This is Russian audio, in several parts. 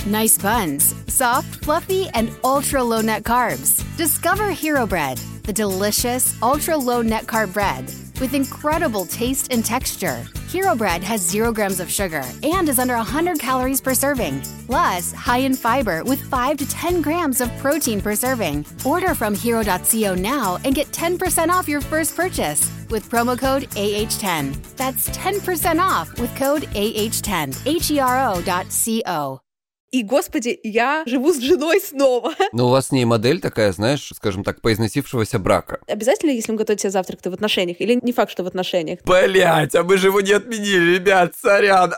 Nice buns, soft, fluffy, and ultra-low net carbs. Discover Hero Bread, the delicious, ultra-low net carb bread with incredible taste and texture. Hero Bread has 0 grams of sugar and is under 100 calories per serving. Plus, high in fiber with 5 to 10 grams of protein per serving. Order from hero.co now and get 10% off your first purchase with promo code AH10. That's 10% off with code AH10. HERO.co. И, господи, я живу с женой снова. Но у вас с ней модель такая, знаешь, скажем так, поизносившегося брака. Обязательно, если вы готовите завтрак, ты в отношениях? Или не факт, что в отношениях? Блять, а мы же его не отменили, ребят, сорян.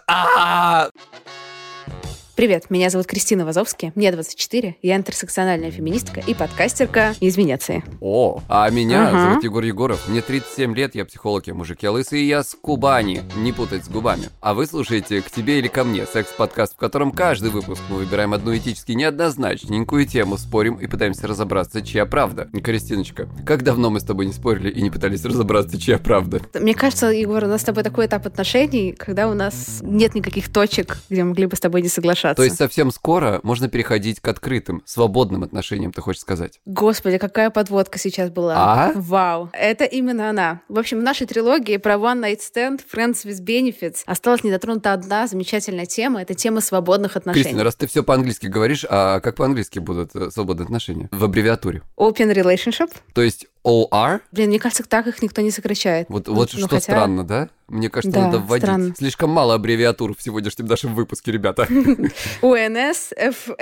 Привет, меня зовут Кристина Вазовски, мне 24, я интерсекциональная феминистка и подкастерка из Венеции. А меня зовут Егор Егоров, мне 37 лет, я психолог, я мужик, я лысый, и я с Кубани, не путать с губами. А вы слушаете «К тебе или ко мне» — секс-подкаст, в котором каждый выпуск мы выбираем одну этически неоднозначненькую тему, спорим и пытаемся разобраться, чья правда. Кристиночка, как давно мы с тобой не спорили и не пытались разобраться, чья правда? Мне кажется, Егор, у нас с тобой такой этап отношений, когда у нас нет никаких точек, где мы могли бы с тобой не соглашаться. То есть совсем скоро можно переходить к открытым, свободным отношениям, ты хочешь сказать? Господи, какая подводка сейчас была. Вау, это именно она. В общем, в нашей трилогии про One Night Stand, Friends with Benefits осталась недотронута одна замечательная тема. Это тема свободных отношений. Кристина, раз ты все по-английски говоришь, а как по-английски будут свободные отношения? В аббревиатуре. Open Relationship. То есть OR? Блин, мне кажется, так их никто не сокращает. Вот что странно, да? Мне кажется, да, надо вводить. Странно. Слишком мало аббревиатур в сегодняшнем нашем выпуске, ребята. УНС,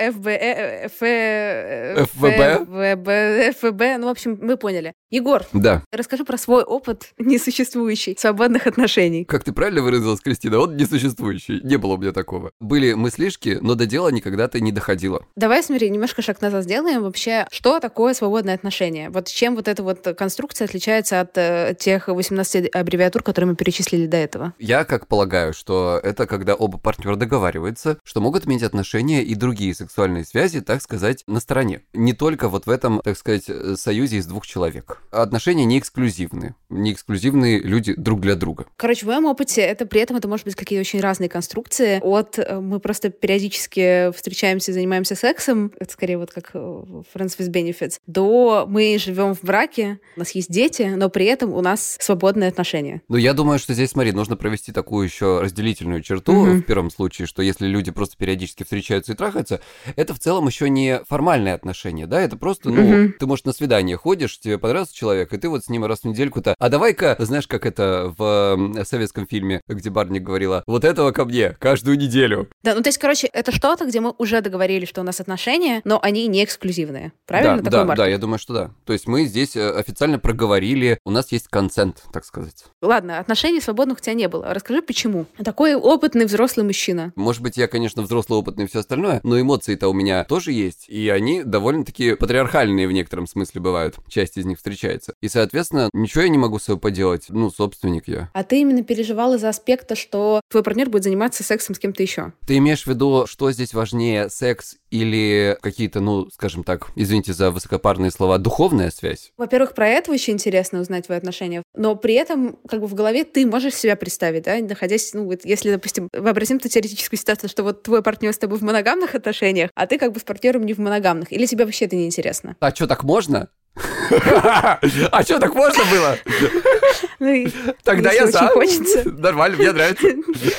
ФБ, ну, в общем, мы поняли. Егор, да. Расскажи про свой опыт несуществующий свободных отношений. Как ты правильно выразилась, Кристина, он несуществующий. Не было у меня такого. Были мыслишки, но до дела никогда-то не доходило. Давай, смотри, немножко шаг назад сделаем. Вообще, что такое свободное отношение? Вот чем вот эта вот конструкция отличается от тех 18 аббревиатур, которые мы перечислили до этого? Я как полагаю, что это когда оба партнера договариваются, что могут иметь отношения и другие сексуальные связи, так сказать, на стороне. Не только вот в этом, так сказать, союзе из двух человек. Отношения не эксклюзивны. Не эксклюзивные люди друг для друга. Короче, в моем опыте при этом это может быть какие-то очень разные конструкции. От мы просто периодически встречаемся и занимаемся сексом, это скорее вот как Friends with Benefits, до мы живем в браке, у нас есть дети, но при этом у нас свободные отношения. Ну, я думаю, что здесь, смотри, нужно провести такую еще разделительную черту в первом случае, что если люди просто периодически встречаются и трахаются, это в целом еще не формальные отношения, да, это просто, ты, может, на свидание ходишь, тебе понравился человек, и ты вот с ним раз в недельку-то, а давай-ка, знаешь, как это в советском фильме, где Барни говорила, вот этого ко мне каждую неделю. Да, ну то есть, короче, это что-то, где мы уже договорились, что у нас отношения, но они не эксклюзивные, правильно? Да, я думаю, что да. То есть мы здесь официально проговорили, у нас есть консент, так сказать. Ладно, отношений свободных у тебя не было. Расскажи, почему? Такой опытный взрослый мужчина. Может быть, я, конечно, взрослый, опытный и все остальное, но эмоции-то у меня тоже есть, и они довольно-таки патриархальные в некотором смысле бывают. Часть из них встречается. И, соответственно, ничего я не могу с собой поделать. Ну, собственник я. А ты именно переживал из-за аспекта, что твой партнер будет заниматься сексом с кем-то еще? Ты имеешь в виду, что здесь важнее, секс или какие-то, ну, скажем так, извините за высокопарные слова, духовная связь? Во-первых, про это очень интересно узнать твои отношения, но при этом как бы в голове ты можешь себя представить, да, находясь, ну, вот если, допустим, вообразим ту теоретическую ситуацию, что вот твой партнер с тобой в моногамных отношениях, а ты как бы с партнером не в моногамных, или тебе вообще это не интересно? А что, так можно? А что, так можно было? Тогда я сам. Нормально, мне нравится.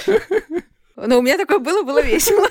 Но у меня такое было весело.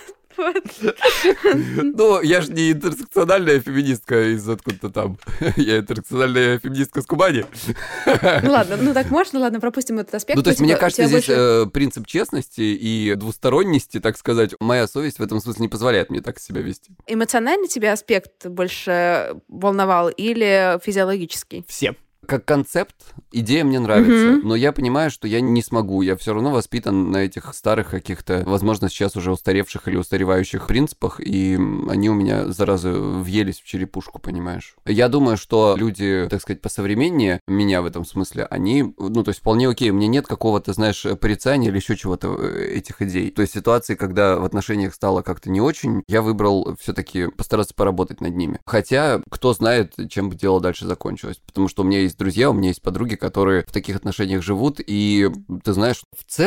Ну, я же не интерсекциональная феминистка из откуда-то там. Я интерсекциональная феминистка с Кубани. Ну ладно, ну так можно, ладно, пропустим этот аспект. Ну, то есть, мне кажется, здесь принцип честности и двусторонности, так сказать, моя совесть в этом смысле не позволяет мне так себя вести. Эмоциональный тебя аспект больше волновал или физиологический? Все. Как концепт, идея мне нравится, но я понимаю, что я не смогу. Я все равно воспитан на этих старых каких-то, возможно, сейчас уже устаревших или устаревающих принципах, и они у меня, зараза, въелись в черепушку, понимаешь? Я думаю, что люди, так сказать, посовременнее меня в этом смысле, они, ну, то есть вполне окей, у меня нет какого-то, знаешь, порицания или еще чего-то этих идей. То есть ситуации, когда в отношениях стало как-то не очень, я выбрал все-таки постараться поработать над ними. Хотя, кто знает, чем бы дело дальше закончилось, потому что у меня есть друзья, у меня есть подруги, которые в таких отношениях живут, и, ты знаешь, в целом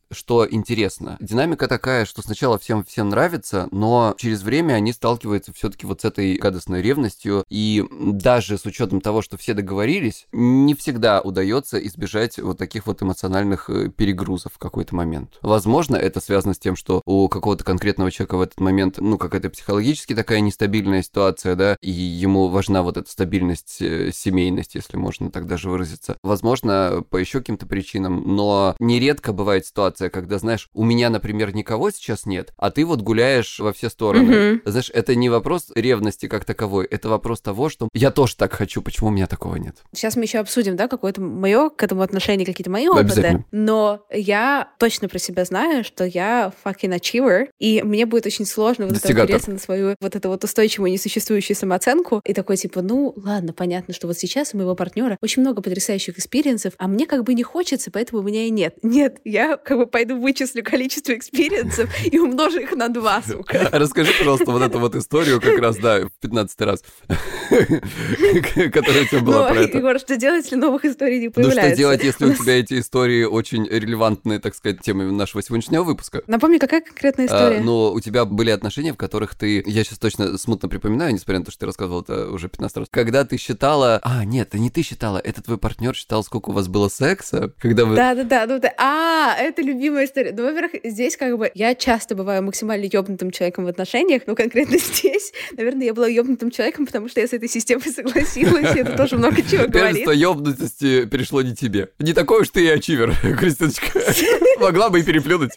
что интересно. Динамика такая, что сначала всем нравится, но через время они сталкиваются все-таки вот с этой гадостной ревностью, и даже с учетом того, что все договорились, не всегда удается избежать вот таких вот эмоциональных перегрузов в какой-то момент. Возможно, это связано с тем, что у какого-то конкретного человека в этот момент, какая-то психологически такая нестабильная ситуация, да, и ему важна вот эта стабильность, семейность, если можно так даже выразиться. Возможно, по еще каким-то причинам, но нередко бывает ситуация, когда, знаешь, у меня, например, никого сейчас нет, а ты вот гуляешь во все стороны. Знаешь, это не вопрос ревности как таковой, это вопрос того, что я тоже так хочу, почему у меня такого нет. Сейчас мы еще обсудим, да, какое-то мое к этому отношение, какие-то мои опыты, но я точно про себя знаю, что я fucking achiever, и мне будет очень сложно вот опереться на свою вот эту вот устойчивую несуществующую самооценку, и такой типа, ладно, понятно, что вот сейчас у моего партнера очень много потрясающих экспириенсов, а мне как бы не хочется, поэтому у меня и нет. Нет, я как бы пойду вычислю количество экспириенсов и умножу их на 2, сука. Расскажи, пожалуйста, вот эту вот историю как раз, да, в 15-й раз, которая у тебя была про это. Егор, что делать, если новых историй не появляется? Что делать, если у тебя эти истории очень релевантные, так сказать, темы нашего сегодняшнего выпуска? Напомни, какая конкретная история? У тебя были отношения, в которых я сейчас точно смутно припоминаю, несмотря на то, что ты рассказывал это уже 15 раз, когда ты считала... нет, это не ты считала, это твой партнер считал, сколько у вас было секса, когда вы... Да. Это любимая история. Во-первых, здесь как бы я часто бываю максимально ёбнутым человеком в отношениях, но конкретно здесь, наверное, я была ёбнутым человеком, потому что я с этой системой согласилась, и это тоже много чего говорит. Первенство ёбнутости перешло не тебе. Не такой уж ты и ачивер, Кристиночка. Могла бы и переплюнуть.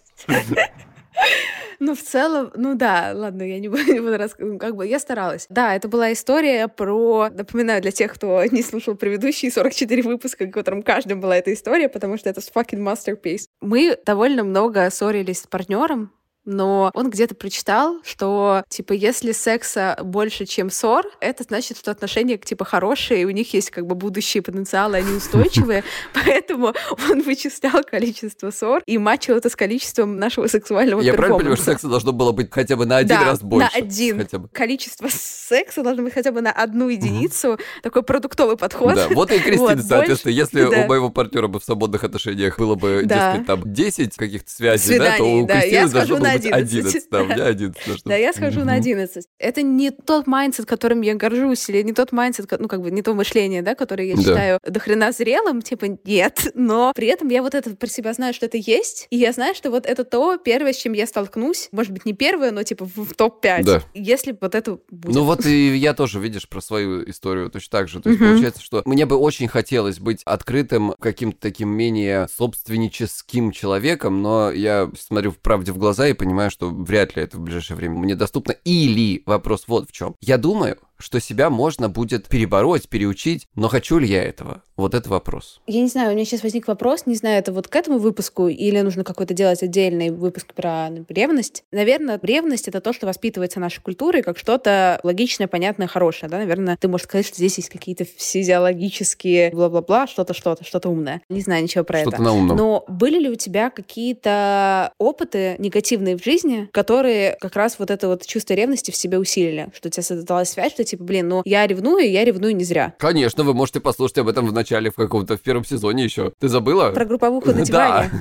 В целом, да, ладно, я не буду рассказывать, как бы я старалась. Да, это была история про, напоминаю, для тех, кто не слушал предыдущие 44 выпуска, в котором каждом была эта история, потому что это fucking masterpiece. Мы довольно много ссорились с партнером, но он где-то прочитал, что, типа, если секса больше, чем ссор, это значит, что отношения, типа, хорошие, и у них есть, как бы, будущие потенциалы, они устойчивые, поэтому он вычислял количество ссор и мачил это с количеством нашего сексуального перформанса. Я правильно понимаю, что секса должно было быть хотя бы на один раз больше? Да, на один. Количество секса должно быть хотя бы на 1 единицу. Такой продуктовый подход. Да, вот и Кристина, соответственно, если у моего партнера бы в свободных отношениях было бы, дескать, там, 10 каких-то связей, да, то у Кристины должно было быть 11. Да, у меня 11. Да, я схожу на 11. Это не тот майндсет, которым я горжусь, или не тот майндсет, не то мышление, да, которое я считаю дохрена зрелым, типа, нет. Но при этом я вот это про себя знаю, что это есть, и я знаю, что вот это то первое, с чем я столкнусь. Может быть, не первое, но типа в топ-5. Да. Если вот это будет. Вот и я тоже, видишь, про свою историю точно так же. То есть получается, что мне бы очень хотелось быть открытым, каким-то таким менее собственническим человеком, но я смотрю в правде в глаза и понимаю, что вряд ли это в ближайшее время мне доступно. Или вопрос вот в чем. Я думаю, что себя можно будет перебороть, переучить, но хочу ли я этого? Вот это вопрос. Я не знаю, у меня сейчас возник вопрос, не знаю, это вот к этому выпуску или нужно какой-то делать отдельный выпуск про ревность. Наверное, ревность — это то, что воспитывается нашей культурой как что-то логичное, понятное, хорошее, да? Наверное, ты можешь сказать, что здесь есть какие-то физиологические бла-бла-бла, что-то умное. Не знаю ничего про это. Что-то на умном. Но были ли у тебя какие-то опыты негативные в жизни, которые как раз вот это вот чувство ревности в себе усилили? Что у тебя создалась связь, что типа, я ревную не зря. Конечно, вы можете послушать об этом в начале, в первом сезоне еще. Ты забыла? Про групповуху на диване.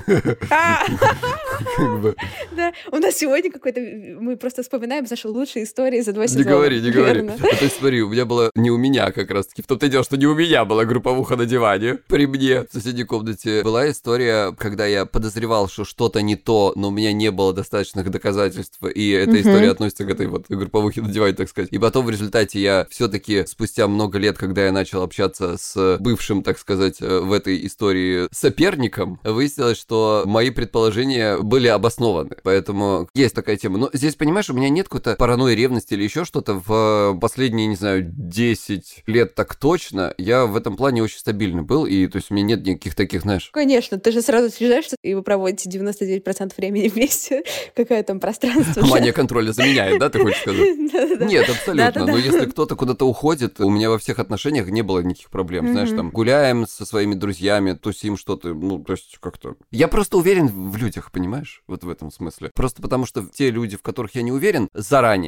Да. У нас сегодня мы просто вспоминаем наши лучшие истории за 2 сезона. Не говори. То есть смотри, у меня было не у меня как раз-таки. В том-то и дело, что не у меня была групповуха на диване. При мне в соседней комнате была история, когда я подозревал, что что-то не то, но у меня не было достаточных доказательств, и эта история относится к этой вот групповухе на диване, так сказать. И потом в результате я все-таки спустя много лет, когда я начал общаться с бывшим, так сказать, в этой истории соперником, выяснилось, что мои предположения были обоснованы. Поэтому есть такая тема. Но здесь, понимаешь, у меня нет какой-то паранойи, ревности или еще что-то. В последние, не знаю, 10 лет так точно я в этом плане очень стабильный был, и то есть у меня нет никаких таких, знаешь... Конечно, ты же сразу съезжаешься, и вы проводите 99% времени вместе. Какое там пространство? Мания контроля заменяет, да, ты хочешь сказать? Нет, абсолютно. Но если кто-то куда-то уходит, у меня во всех отношениях не было никаких проблем. Знаешь, там, гуляем со своими друзьями, тусим что-то, то есть как-то... Я просто уверен в людях, понимаешь? Вот в этом смысле. Просто потому что те люди, в которых я не уверен, заранее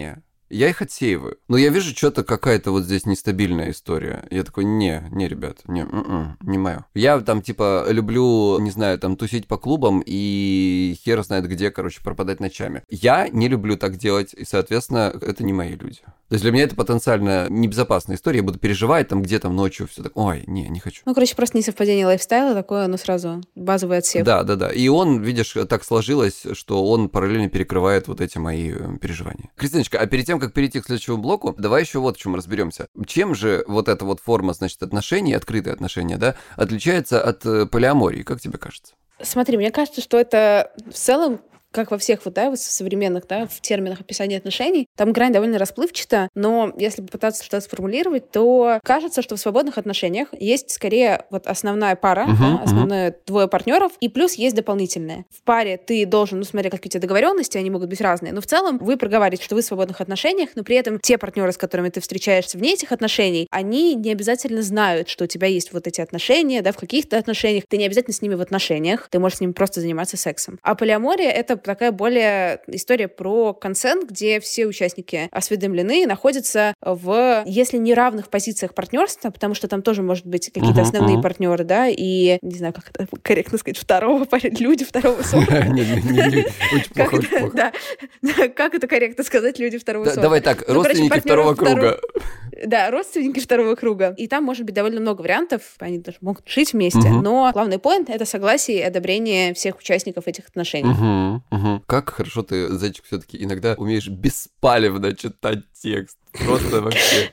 Я их отсеиваю. Но я вижу, что-то какая-то вот здесь нестабильная история. Я такой, не, ребят, не мое. Я там, типа, люблю, не знаю, там, тусить по клубам и хер знает где, короче, пропадать ночами. Я не люблю так делать, и, соответственно, это не мои люди. То есть для меня это потенциально небезопасная история. Я буду переживать там где-то ночью, все так. Ой, не хочу. Ну, короче, просто несовпадение лайфстайла такое, ну, сразу базовый отсев. Да. И он, видишь, так сложилось, что он параллельно перекрывает вот эти мои переживания. Кристиночка, а перед тем, как перейти к следующему блоку, давай еще вот в чем разберемся. Чем же вот эта вот форма, значит, отношений, открытые отношения, да, отличается от полиамории, как тебе кажется? Смотри, мне кажется, что это в целом, как во всех вот, да, современных, да, в терминах описания отношений, там грань довольно расплывчата, но если попытаться что-то сформулировать, то кажется, что в свободных отношениях есть скорее вот основная пара, да, основные двое партнеров, и плюс есть дополнительные. В паре ты должен, ну, смотря какие у тебя договоренности, они могут быть разные, но в целом вы проговариваете, что вы в свободных отношениях, но при этом те партнеры, с которыми ты встречаешься вне этих отношений, они не обязательно знают, что у тебя есть вот эти отношения, да, в каких-то отношениях, ты не обязательно с ними в отношениях, ты можешь с ними просто заниматься сексом. А полиамория — это такая более история про консент, где все участники осведомлены, находятся в, если не равных позициях партнерства, потому что там тоже может быть какие-то основные партнеры, да, и, не знаю, как это корректно сказать, люди второго сорта. Очень плохо. Да, как это корректно сказать, люди второго сорта? Давай так, родственники второго круга. Да, родственники второго круга. И там может быть довольно много вариантов, они даже могут жить вместе, но главный поинт — это согласие и одобрение всех участников этих отношений. Как хорошо ты, зайчик, все-таки иногда умеешь беспалевно читать текст. Просто вообще.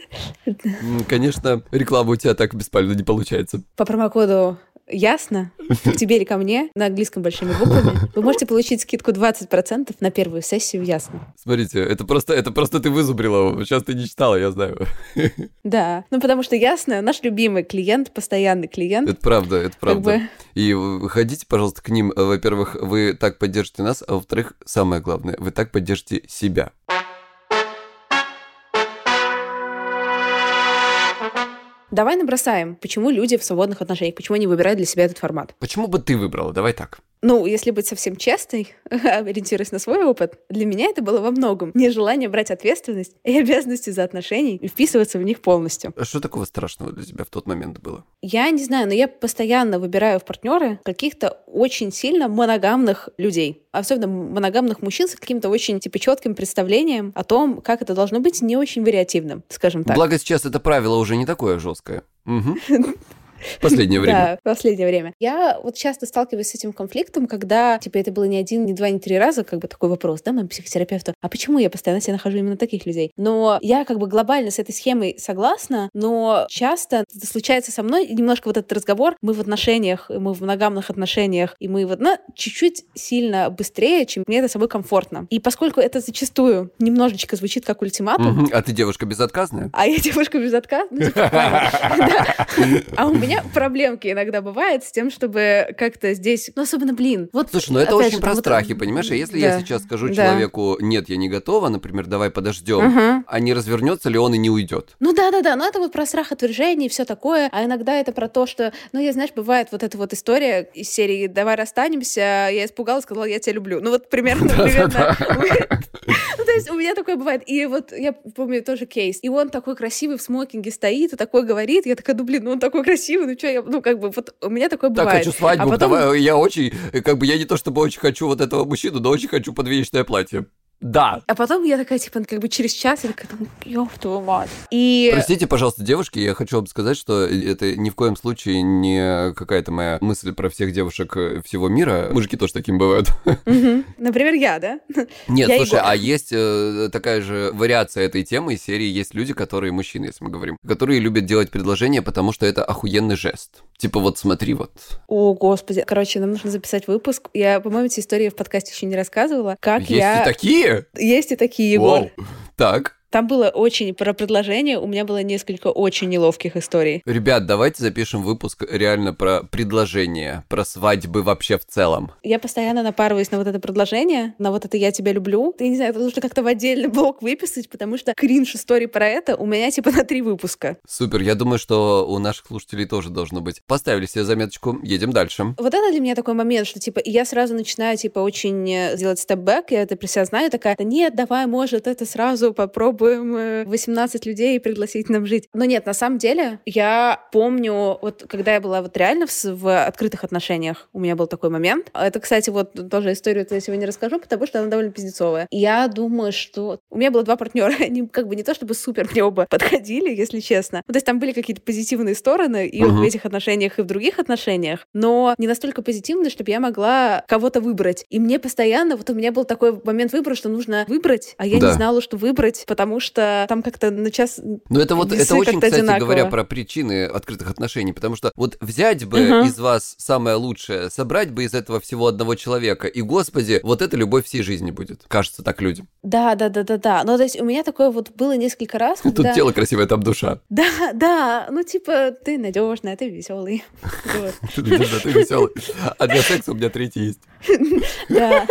Конечно, реклама у тебя так беспалевно не получается. По промокоду «Ясно» к тебе или ко мне на английском большими буквами вы можете получить скидку 20% на первую сессию «Ясно». Смотрите, это просто ты вызубрила. Сейчас ты не читала, я знаю. Да, ну потому что «Ясно» наш любимый клиент, постоянный клиент. Это правда. И ходите, пожалуйста, к ним. Во-первых, вы так поддержите нас, а во-вторых, самое главное, вы так поддержите себя. Давай набросаем, почему люди в свободных отношениях, почему они выбирают для себя этот формат. Почему бы ты выбрала? Давай так. Ну, если быть совсем честной, ориентируясь на свой опыт, для меня это было во многом нежелание брать ответственность и обязанности за отношения и вписываться в них полностью. А что такого страшного для тебя в тот момент было? Я не знаю, но я постоянно выбираю в партнеры каких-то очень сильно моногамных людей. Особенно моногамных мужчин с каким-то очень четким представлением о том, как это должно быть, не очень вариативным, скажем так. Благо сейчас это правило уже не такое жесткое. Последнее время. Да, последнее время. Я вот часто сталкиваюсь с этим конфликтом, когда, это было не один, не два, не три раза, такой вопрос, да, моему психотерапевту, а почему я постоянно себе нахожу именно таких людей? Но я глобально с этой схемой согласна, но часто это случается со мной, и немножко вот этот разговор, мы в отношениях, мы в моногамных отношениях, и мы чуть-чуть сильно быстрее, чем мне это собой комфортно. И поскольку это зачастую немножечко звучит как ультиматум... А ты девушка безотказная? А я девушка безотказная? А у меня проблемки иногда бывают с тем, чтобы как-то здесь... особенно, Слушай, это очень про страхи, понимаешь? А если я сейчас скажу человеку, нет, я не готова, например, давай подождем, а не развернется ли он и не уйдет? Ну да, но это про страх отвержения и все такое, а иногда это про то, что, бывает вот эта вот история из серии «давай расстанемся», я испугалась, сказала, я тебя люблю. Примерно. То есть у меня такое бывает. И я помню тоже кейс. И он такой красивый в смокинге стоит и такой говорит. Я такая, он такой красивый, у меня такое бывает. Так, хочу свадьбу, давай, я очень, я не то чтобы очень хочу вот этого мужчину, но очень хочу подвенечное платье. Да. А потом я такая, через час, я такая, ёб твою мать. И... Простите, пожалуйста, девушки, я хочу вам сказать, что это ни в коем случае не какая-то моя мысль про всех девушек всего мира. Мужики тоже таким бывают. Например, я, да? Нет, слушай, а есть такая же вариация этой темы из серии «Есть люди, которые мужчины», если мы говорим, которые любят делать предложения, потому что это охуенный жест. Смотри. О, господи. Нам нужно записать выпуск. Я, по-моему, эти истории в подкасте еще не рассказывала. Есть и такие? Есть и такие, Егор. Воу. Так. Там было очень про предложение, у меня было несколько очень неловких историй. Ребят, давайте запишем выпуск реально про предложения, про свадьбы вообще в целом. Я постоянно напарываюсь на вот это предложение, на вот это «я тебя люблю». Я не знаю, это нужно как-то в отдельный блок выписать, потому что кринж истории про это у меня типа на 3 выпуска. Супер, я думаю, что у наших слушателей тоже должно быть. Поставили себе заметочку, едем дальше. Вот это для меня такой момент, что типа я сразу начинаю типа очень делать степ-бэк, я это при себя знаю, такая: нет, давай, может, это сразу попробуем 18 людей пригласить нам жить. Но нет, на самом деле, я помню, вот когда я была вот реально в открытых отношениях, у меня был такой момент. Это, кстати, вот тоже историю я сегодня расскажу, потому что она довольно пиздецовая. Я думаю, что у меня было 2 партнера, они как бы не то чтобы супер мне оба подходили, если честно. Ну, то есть там были какие-то позитивные стороны и в этих отношениях, и в других отношениях, но не настолько позитивные, чтобы я могла кого-то выбрать. И мне постоянно, вот у меня был такой момент выбора, что нужно выбрать, а я не знала, что выбрать, потому что там как-то на час... Ну, это вот, это очень, кстати, одинаково. говоря про причины открытых отношений, потому что вот взять бы из вас самое лучшее, собрать бы из этого всего одного человека, и, господи, вот это любовь всей жизни будет. Кажется так людям. Да. Ну, то есть у меня такое вот было несколько раз, когда... Тут тело красивое, там душа. Да, ну, типа, ты надежная, ты веселый. Ты надежная, ты веселый. А для секса у меня 3 есть. Да.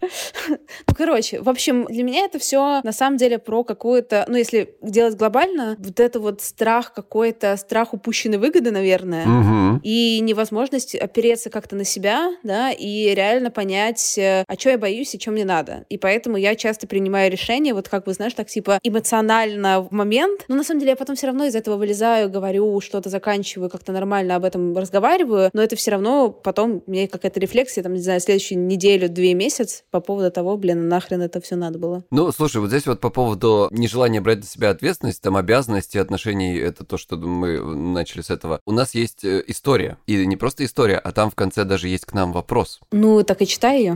Ну, короче, в общем, для меня это все на самом деле про какую-то, ну, если делать глобально, вот это вот страх какой-то, страх упущенной выгоды, наверное, и невозможность опереться как-то на себя, да, и реально понять, а что я боюсь и что мне надо. И поэтому я часто принимаю решения, вот как бы, знаешь, так типа эмоционально в момент, но на самом деле я потом все равно из этого вылезаю, говорю, что-то заканчиваю, как-то нормально об этом разговариваю, но это все равно потом у меня какая-то рефлексия, там, не знаю, следующую неделю, 2 месяца по поводу того, нахрен это все надо было. Ну, слушай, вот здесь вот по поводу нежелания брать на себя ответственность, там, обязанности, отношений, это то, что мы начали с этого. У нас есть история, и не просто история, а там в конце даже есть к нам вопрос. Ну, так и читай ее.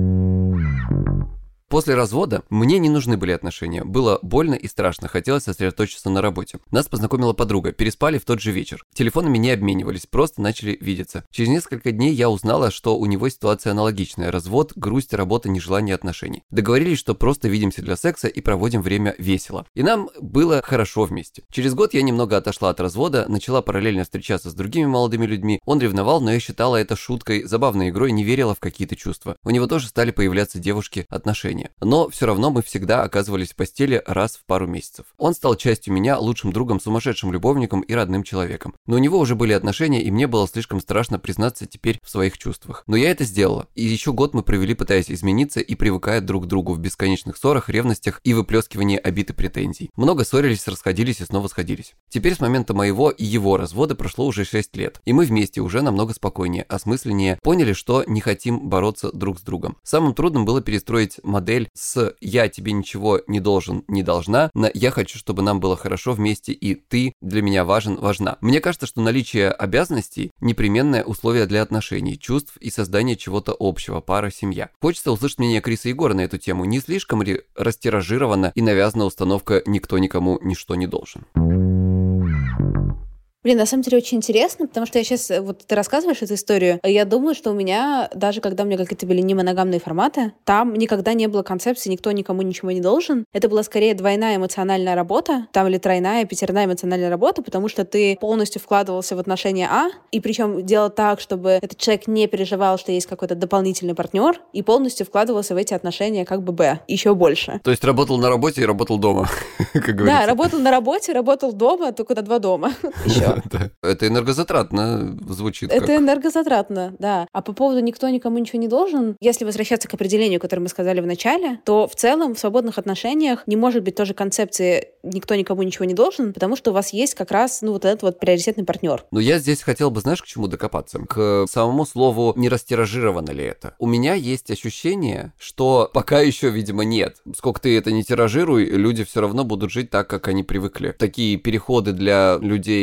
После развода мне не нужны были отношения. Было больно и страшно, хотелось сосредоточиться на работе. Нас познакомила подруга, переспали в тот же вечер. Телефонами не обменивались, просто начали видеться. Через несколько дней я узнала, что у него ситуация аналогичная. Развод, грусть, работа, нежелание отношений. Договорились, что просто видимся для секса и проводим время весело. И нам было хорошо вместе. Через год я немного отошла от развода, начала параллельно встречаться с другими молодыми людьми. Он ревновал, но я считала это шуткой, забавной игрой, не верила в какие-то чувства. У него тоже стали появляться девушки, отношения. Но все равно мы всегда оказывались в постели раз в пару месяцев. Он стал частью меня, лучшим другом, сумасшедшим любовником и родным человеком. Но у него уже были отношения, и мне было слишком страшно признаться теперь в своих чувствах. Но я это сделала. И еще год мы провели, пытаясь измениться и привыкая друг к другу в бесконечных ссорах, ревностях и выплескивании обид и претензий. Много ссорились, расходились и снова сходились. Теперь с момента моего и его развода прошло уже 6 лет. И мы вместе уже намного спокойнее, осмысленнее, поняли, что не хотим бороться друг с другом. Самым трудным было перестроить модель с «я тебе ничего не должен, не должна» на «я хочу, чтобы нам было хорошо вместе, и ты для меня важен, важна». Мне кажется, что наличие обязанностей – непременное условие для отношений, чувств и создания чего-то общего, пара, семья. Хочется услышать мнение Криса и Егора на эту тему. Не слишком ли растиражирована и навязана установка «никто никому ничто не должен»? Блин, на самом деле очень интересно, потому что я сейчас, вот ты рассказываешь эту историю, я думаю, что у меня, даже когда у меня какие-то были немоногамные форматы, там никогда не было концепции «никто никому ничего не должен». Это была скорее двойная эмоциональная работа, там или тройная, пятерная эмоциональная работа, потому что ты полностью вкладывался в отношения А, и причем делал так, чтобы этот человек не переживал, что есть какой-то дополнительный партнер, и полностью вкладывался в эти отношения как бы Б, еще больше. То есть работал на работе и работал дома, как говорится. Да, работал на работе, работал дома, только на 2 дома еще. Да. Это энергозатратно звучит. Это энергозатратно, да. А по поводу «никто никому ничего не должен», если возвращаться к определению, которое мы сказали в начале, то в целом в свободных отношениях не может быть тоже концепции «никто никому ничего не должен», потому что у вас есть как раз, ну, вот этот вот приоритетный партнер. Но я здесь хотел бы, знаешь, к чему докопаться? К самому слову, не растиражировано ли это? У меня есть ощущение, что пока еще, видимо, нет. Сколько ты это не тиражируй, люди все равно будут жить так, как они привыкли. Такие переходы для людей, так сказать,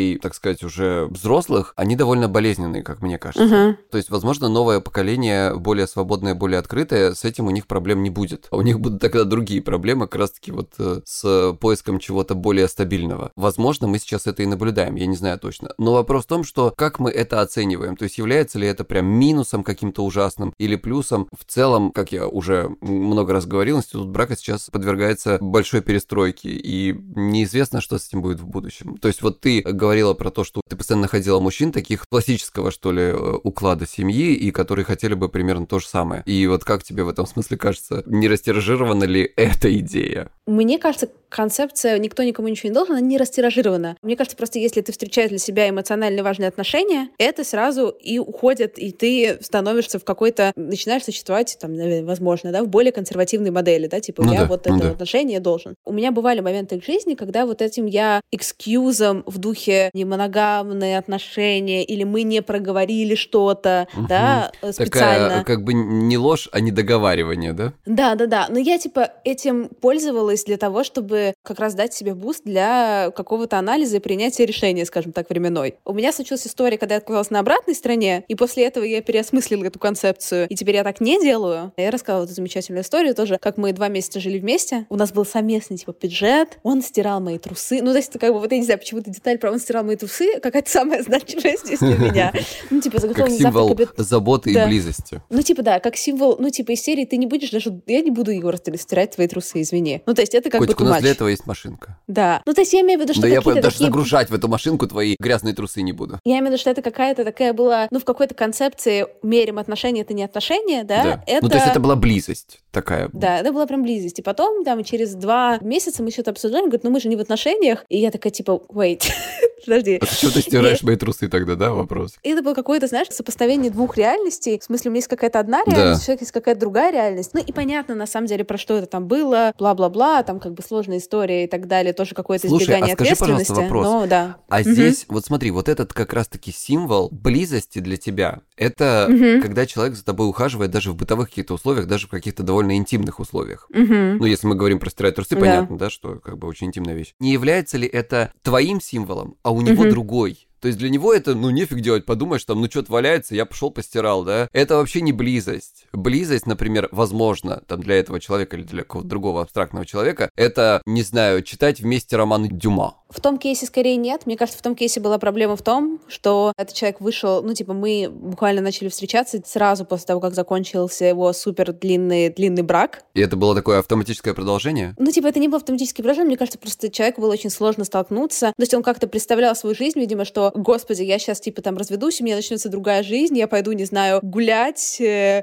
сказать, уже взрослых, они довольно болезненные, как мне кажется. То есть, возможно, новое поколение более свободное, более открытое, с этим у них проблем не будет. А у них будут тогда другие проблемы, как раз-таки вот с поиском чего-то более стабильного. Возможно, мы сейчас это и наблюдаем, я не знаю точно. Но вопрос в том, что как мы это оцениваем? То есть, является ли это прям минусом каким-то ужасным или плюсом? В целом, как я уже много раз говорил, институт брака сейчас подвергается большой перестройке, и неизвестно, что с этим будет в будущем. То есть, вот ты говорила про то, что ты постоянно находила мужчин таких классического, что ли, уклада семьи, и которые хотели бы примерно то же самое. И вот как тебе в этом смысле кажется, не растиражирована ли эта идея? Мне кажется, концепция «никто никому ничего не должен», она не растиражирована. Мне кажется, просто если ты встречаешь для себя эмоционально важные отношения, это сразу и уходит, и ты становишься в какой-то... Начинаешь существовать, там, наверное, возможно, да, в более консервативной модели, да, типа я вот это отношение должен. У меня бывали моменты в жизни, когда вот этим я экскьюзом в духе немоногамные отношения или мы не проговорили что-то, да, специально. Такая как бы не ложь, а недоговаривание, да? Да. Но я типа этим пользовалась для того, чтобы как раз дать себе буст для какого-то анализа и принятия решения, скажем так, временной. У меня случилась история, когда я оказалась на обратной стороне, и после этого я переосмыслила эту концепцию, и теперь я так не делаю. Я рассказала эту замечательную историю тоже, как мы 2 месяца жили вместе. У нас был совместный типа бюджет, он стирал мои трусы. Ну, то есть, как бы, вот я не знаю, почему-то деталь про он стирал мои трусы, какая-то самая значимая здесь для меня. Ну, типа, заготовленный завтрак, обед. Заботы и близости. Ну, типа, да, как символ, ну, типа, из серии ты не будешь даже... Я не буду, Егор, стирать твои трусы, извини. Ну, то есть, это как Котик, бы у нас для этого есть машинка. Да. Ну, то есть, я имею в виду, что да какие-то я даже такие... нагружать в эту машинку твои грязные трусы не буду. Я имею в виду, что это какая-то такая была... Ну, в какой-то концепции мерим отношения, это не отношения, да? Это... Ну, то есть, это была близость такая. Да, это была прям близость. И потом, там, через 2 месяца мы что-то обсуждали, говорит, ну, мы же не в отношениях. И я такая, типа, wait, подожди. А что ты стираешь мои трусы тогда, да, вопрос? И это было какое-то, знаешь, сопоставление 2 реальностей. В смысле, у меня есть какая-то одна реальность, у человека есть какая-то другая реальность. Ну, и понятно, на самом деле, про что это там было, бла-бла-бла, там как бы сложная история и так далее, тоже какое-то избегание ответственности. Слушай, а скажи, пожалуйста, вопрос. Но, да. А здесь, вот смотри, вот этот как раз-таки символ близости для тебя, это когда человек за тобой ухаживает даже в бытовых каких-то условиях, даже в каких-то довольно интимных условиях. Ну, если мы говорим про стирать трусы, понятно, да, что как бы очень интимная вещь. Не является ли это твоим символом, а у него другой? То есть для него это, ну, нефиг делать, подумаешь, там, ну, что-то валяется, я пошел постирал, да? Это вообще не близость. Близость, например, возможно, там, для этого человека или для какого-то другого абстрактного человека, это, не знаю, читать вместе романы Дюма. В том кейсе скорее нет. Мне кажется, в том кейсе была проблема в том, что этот человек вышел, ну, типа, мы буквально начали встречаться сразу после того, как закончился его супер длинный брак. И это было такое автоматическое продолжение? Ну, типа, это не было автоматическое продолжение, мне кажется, просто человеку было очень сложно столкнуться. То есть он как-то представлял свою жизнь, видимо, что, господи, я сейчас, типа, там разведусь, у меня начнется другая жизнь, я пойду, не знаю, гулять,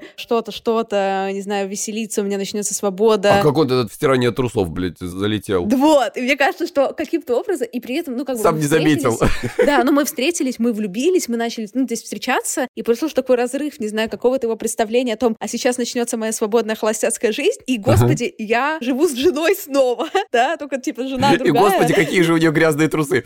что-то, не знаю, веселиться, у меня начнется свобода. А как он этот в стирание трусов, блядь, залетел? Да вот, и мне кажется, что каким-то образом, и при этом, ну, как бы... Сам не заметил. Да, но мы встретились, мы влюбились, мы начали, ну, то есть встречаться, и произошел такой разрыв, не знаю, какого-то его представления о том, а сейчас начнется моя свободная холостяцкая жизнь, и, господи, я живу с женой снова, да, только, типа, жена другая. И, господи, какие же у нее грязные трусы.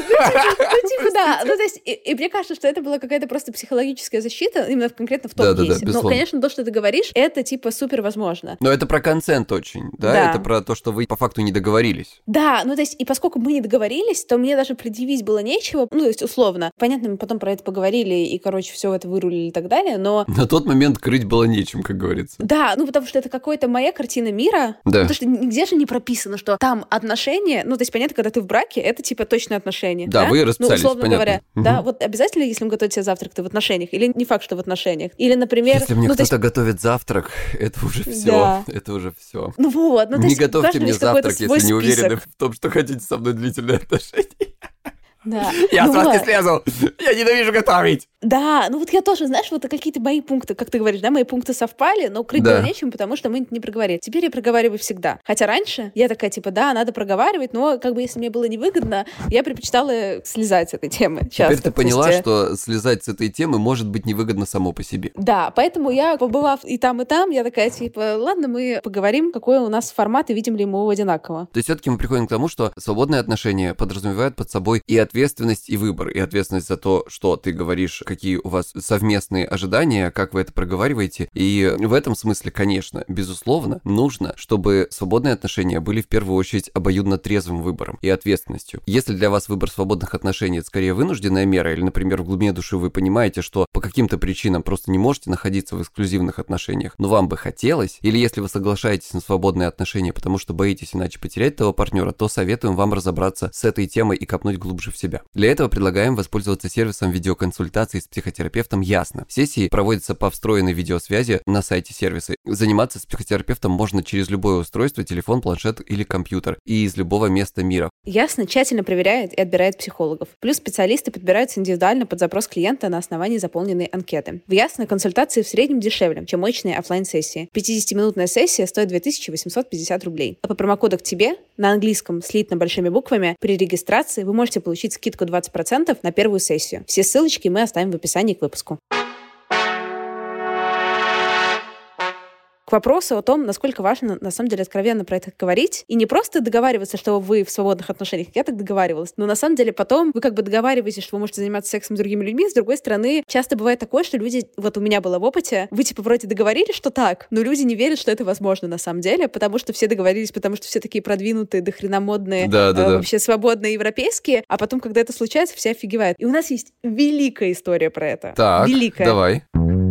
Ну, типа, да, ну, то есть, и мне кажется, что это была какая-то просто психологическая защита, именно конкретно в том кейсе. Но, конечно, то, что ты говоришь, это, типа, супер возможно. Но это про консент очень, да? Это про то, что вы по факту не договорились. Да, ну, то есть, и поскольку мы не договорились, то мне даже предъявить было нечего, ну, то есть, условно. Понятно, мы потом про это поговорили, и, короче, все это вырулили и так далее, но... На тот момент крыть было нечем, как говорится. Да, ну, потому что это какая-то моя картина мира, да. Потому что нигде же не прописано, что там отношения, ну, то есть, понятно, когда ты в браке, это, типа, точно отношения. Да, вы расписались, ну, условно понятно. Говоря, да, вот обязательно, если он готовит себе завтрак, ты в отношениях, или не факт, что в отношениях. Или, например... Если мне кто-то готовит завтрак, это уже все, да. Это уже все. Ну вот, ну, не готовьте мне завтрак, если не уверены в том, что хотите со мной длительные отношения. Да. Я с вас не слезу! Я ненавижу готовить! Да, ну вот я тоже, знаешь, вот какие-то мои пункты, как ты говоришь, да, мои пункты совпали, но крыть было нечем, потому что мы не проговорили. Теперь я проговариваю всегда. Хотя раньше я такая, типа, да, надо проговаривать, но как бы если мне было невыгодно, я предпочитала слезать с этой темы. Часто. Теперь ты поняла, что слезать с этой темы может быть невыгодно само по себе. Да, поэтому я, побывав и там, я такая, типа, ладно, мы поговорим, какой у нас формат, и видим ли мы его одинаково. То есть все-таки мы приходим к тому, что свободные отношения подразумевают под собой и ответственность, и выбор, и ответственность за то, что ты говоришь какие у вас совместные ожидания, как вы это проговариваете. И в этом смысле, конечно, безусловно, нужно, чтобы свободные отношения были в первую очередь обоюдно трезвым выбором и ответственностью. Если для вас выбор свободных отношений — это скорее вынужденная мера, или, например, в глубине души вы понимаете, что по каким-то причинам просто не можете находиться в эксклюзивных отношениях, но вам бы хотелось, или если вы соглашаетесь на свободные отношения, потому что боитесь иначе потерять этого партнера, то советуем вам разобраться с этой темой и копнуть глубже в себя. Для этого предлагаем воспользоваться сервисом видеоконсультаций с психотерапевтом Ясно. Сессии проводятся по встроенной видеосвязи на сайте сервиса. Заниматься с психотерапевтом можно через любое устройство, телефон, планшет или компьютер, и из любого места мира. Ясно тщательно проверяет и отбирает психологов. Плюс специалисты подбираются индивидуально под запрос клиента на основании заполненной анкеты. В Ясно консультации в среднем дешевле, чем очные офлайн-сессии. 50-минутная сессия стоит 2850 рублей. А по промокоду «К тебе» на английском слитно большими буквами при регистрации вы можете получить скидку 20% на первую сессию. Все ссылочки мы оставим в описании к выпуску. К вопросу о том, насколько важно, на самом деле, откровенно про это говорить, и не просто договариваться, что вы в свободных отношениях, я так договаривалась, но на самом деле потом вы как бы договариваетесь, что вы можете заниматься сексом с другими людьми, с другой стороны, часто бывает такое, что люди, вот у меня было в опыте, вы типа вроде договорились, что так, но люди не верят, что это возможно на самом деле, потому что все договорились, потому что все такие продвинутые, дохреномодные, вообще свободные, европейские, а потом, когда это случается, все офигевают. И у нас есть великая история про это. Так, великая. Давай.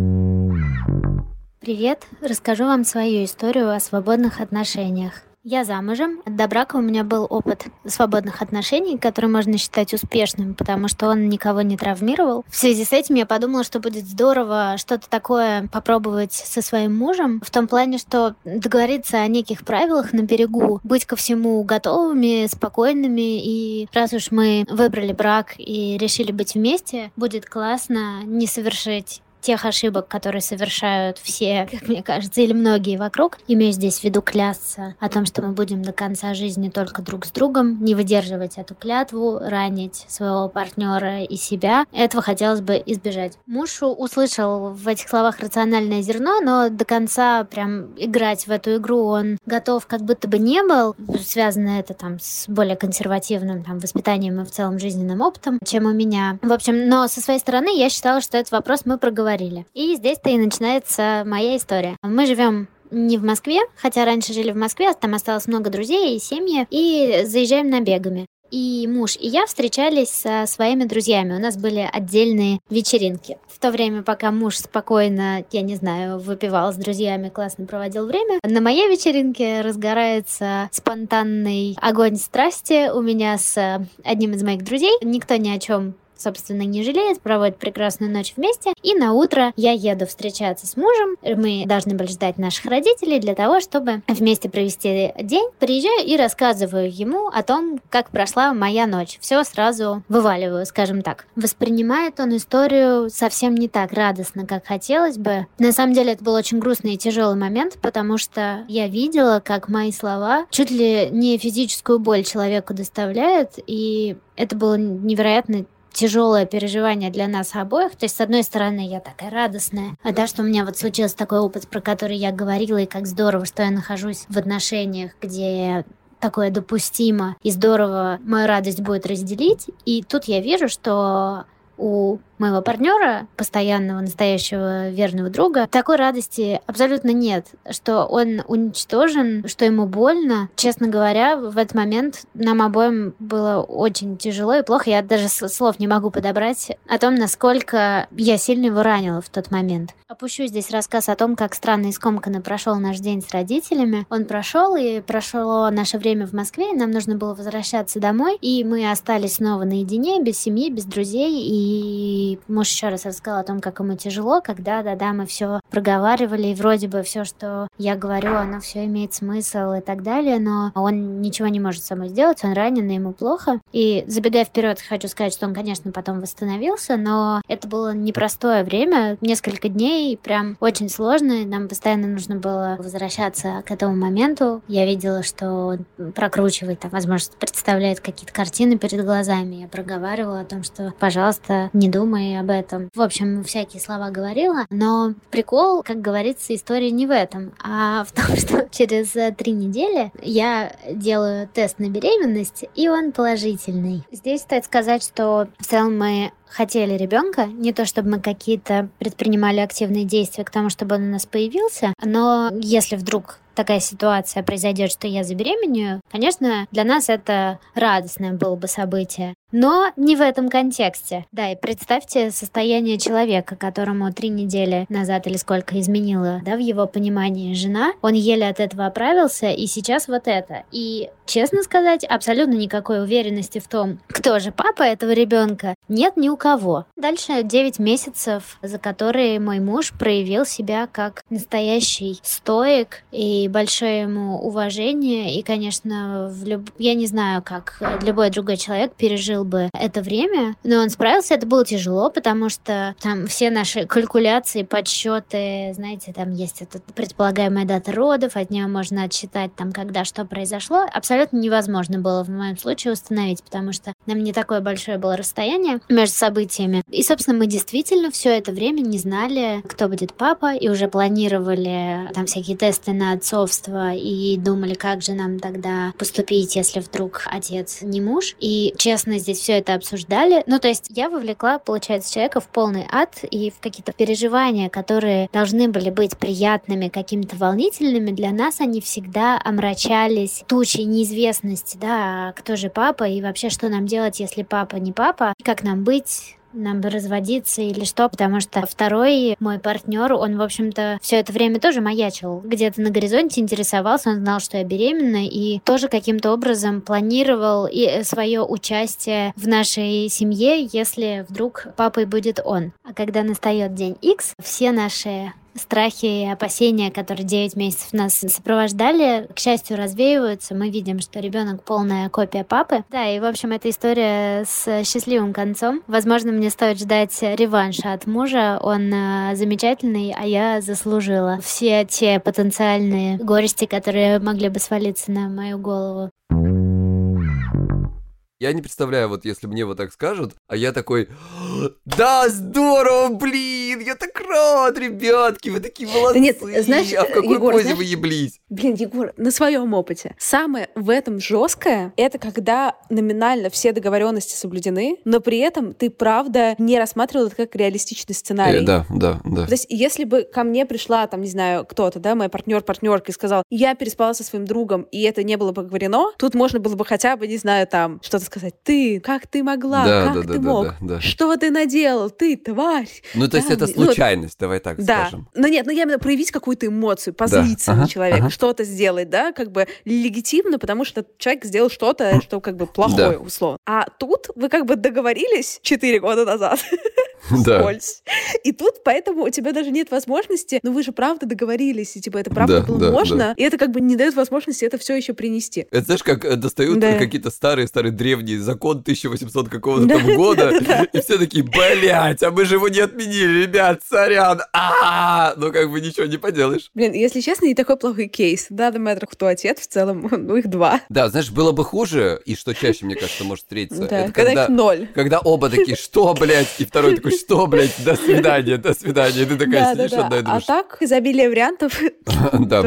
Привет! Расскажу вам свою историю о свободных отношениях. Я замужем. До брака у меня был опыт свободных отношений, который можно считать успешным, потому что он никого не травмировал. В связи с этим я подумала, что будет здорово что-то такое попробовать со своим мужем, в том плане, что договориться о неких правилах на берегу, быть ко всему готовыми, спокойными, и раз уж мы выбрали брак и решили быть вместе, будет классно не совершить тех ошибок, которые совершают все, как мне кажется, или многие вокруг. Имею здесь в виду клясться о том, что мы будем до конца жизни только друг с другом, не выдерживать эту клятву, ранить своего партнера и себя. Этого хотелось бы избежать. Муж услышал в этих словах рациональное зерно, но до конца прям играть в эту игру он готов как будто бы не был. Связано это там с более консервативным воспитанием и в целом жизненным опытом, чем у меня. В общем, но со своей стороны я считала, что этот вопрос мы проговорили. И здесь-то и начинается моя история. Мы живем не в Москве, хотя раньше жили в Москве, там осталось много друзей и семьи, и заезжаем набегами. И муж, и я встречались со своими друзьями. У нас были отдельные вечеринки. В то время, пока муж спокойно, я не знаю, выпивал с друзьями, классно проводил время, на моей вечеринке разгорается спонтанный огонь страсти у меня с одним из моих друзей. Никто ни о чем собственно, не жалеет, проводит прекрасную ночь вместе. И на утро я еду встречаться с мужем. Мы должны были ждать наших родителей для того, чтобы вместе провести день. Приезжаю и рассказываю ему о том, как прошла моя ночь. Все сразу вываливаю, скажем так. Воспринимает он историю совсем не так радостно, как хотелось бы. На самом деле это был очень грустный и тяжелый момент, потому что я видела, как мои слова чуть ли не физическую боль человеку доставляют, и это было невероятно тяжелое переживание для нас обоих. То есть, с одной стороны, я такая радостная, что у меня вот случился такой опыт, про который я говорила, и как здорово, что я нахожусь в отношениях, где такое допустимо, и здорово мою радость будет разделить. И тут я вижу, что у моего партнера, постоянного, настоящего, верного друга, такой радости абсолютно нет, что он уничтожен, что ему больно. Честно говоря, в этот момент нам обоим было очень тяжело и плохо. Я даже слов не могу подобрать о том, насколько я сильно его ранила в тот момент. Опущу здесь рассказ о том, как странно и скомканно прошел наш день с родителями. Он прошел, и прошло наше время в Москве, и нам нужно было возвращаться домой, и мы остались снова наедине, без семьи, без друзей, и муж еще раз рассказал о том, как ему тяжело, когда, мы все проговаривали, и вроде бы все, что я говорю, оно все имеет смысл и так далее, но он ничего не может со мной сделать, он ранен, и ему плохо. И забегая вперед, хочу сказать, что он, конечно, потом восстановился, но это было непростое время, несколько дней, прям очень сложно, нам постоянно нужно было возвращаться к этому моменту. Я видела, что он прокручивает, возможно, представляет какие-то картины перед глазами. Я проговаривала о том, что, пожалуйста, не думай об этом. В общем, всякие слова говорила, но прикол, как говорится, история не в этом, а в том, что через 3 недели я делаю тест на беременность, и он положительный. Здесь стоит сказать, что в целом мы хотели ребенка, не то чтобы мы какие-то предпринимали активные действия к тому, чтобы он у нас появился, но если вдруг такая ситуация произойдет, что я забеременею, конечно, для нас это радостное было бы событие. Но не в этом контексте. Да, и представьте состояние человека, которому 3 недели назад или сколько изменила, да, в его понимании жена. Он еле от этого оправился, и сейчас вот это. И, честно сказать, абсолютно никакой уверенности в том, кто же папа этого ребенка, нет ни у кого. Дальше 9 месяцев, за которые мой муж проявил себя как настоящий стоик, и большое ему уважение. И, конечно, я не знаю, как любой другой человек пережил бы это время, но он справился. Это было тяжело, потому что там все наши калькуляции, подсчеты, знаете, там есть эта предполагаемая дата родов, от нее можно отсчитать там, когда что произошло. Абсолютно невозможно было в моем случае установить, потому что нам не такое большое было расстояние между событиями. И, собственно, мы действительно все это время не знали, кто будет папа, и уже планировали там всякие тесты на отцовство и думали, как же нам тогда поступить, если вдруг отец не муж. И, честно, здесь все это обсуждали. Ну, то есть я вовлекла, получается, человека в полный ад и в какие-то переживания, которые должны были быть приятными, какими-то волнительными. Для нас они всегда омрачались тучей неизвестности, да, кто же папа и вообще, что нам делать, если папа не папа, как нам быть, нам бы разводиться или что, потому что второй мой партнер, он, в общем-то, все это время тоже маячил. Где-то на горизонте интересовался, он знал, что я беременна, и тоже каким-то образом планировал и свое участие в нашей семье, если вдруг папой будет он. А когда настает день X, все наши страхи и опасения, которые 9 месяцев нас сопровождали, к счастью, развеиваются. Мы видим, что ребенок полная копия папы. Да, и, в общем, эта история с счастливым концом. Возможно, мне стоит ждать реванша от мужа. Он замечательный, а я заслужила все те потенциальные горести, которые могли бы свалиться на мою голову. Я не представляю, вот если мне вот так скажут, а я такой: да, здорово, блин, я так рад, ребятки, вы такие молодцы. Да нет, знаешь, а в какой Егор, позе вы еблись? Блин, Егор, на своем опыте. Самое в этом жесткое, это когда номинально все договоренности соблюдены, но при этом ты, правда, не рассматривал это как реалистичный сценарий. Да. То есть, если бы ко мне пришла, там, не знаю, кто-то, да, мой партнерка и сказал, я переспала со своим другом, и это не было бы оговорено, тут можно было бы хотя бы, не знаю, там, что-то сказать. Как ты могла? Как ты мог? Да. Что ты наделал? Ты, тварь! Ну, то есть это случайность, давай так скажем. Да. Но нет, я именно проявить какую-то эмоцию, позлиться на человека, что-то сделать, да, как бы легитимно, потому что человек сделал что-то, что как бы плохое, условно. А тут вы как бы договорились 4 года назад. Вскользь. И тут поэтому у тебя даже нет возможности, ну вы же правда договорились, и типа это правда было можно, и это как бы не дает возможности это все еще принести. Это знаешь, как достают какие-то старые древние закон 1800 какого-то там года, и все такие, блять, а мы же его не отменили, ребят, сорян, ну как бы ничего не поделаешь. Блин, если честно, не такой плохой кейс. Да, matter, кто отец, в целом, ну их 2. Да, знаешь, было бы хуже, и что чаще, мне кажется, может встретиться. Да, это когда их 0. Когда оба такие, что, блядь, и второй такой, что, блядь, до свидания. И ты такая сидишь одна и думаешь. А так, изобилие вариантов. Да.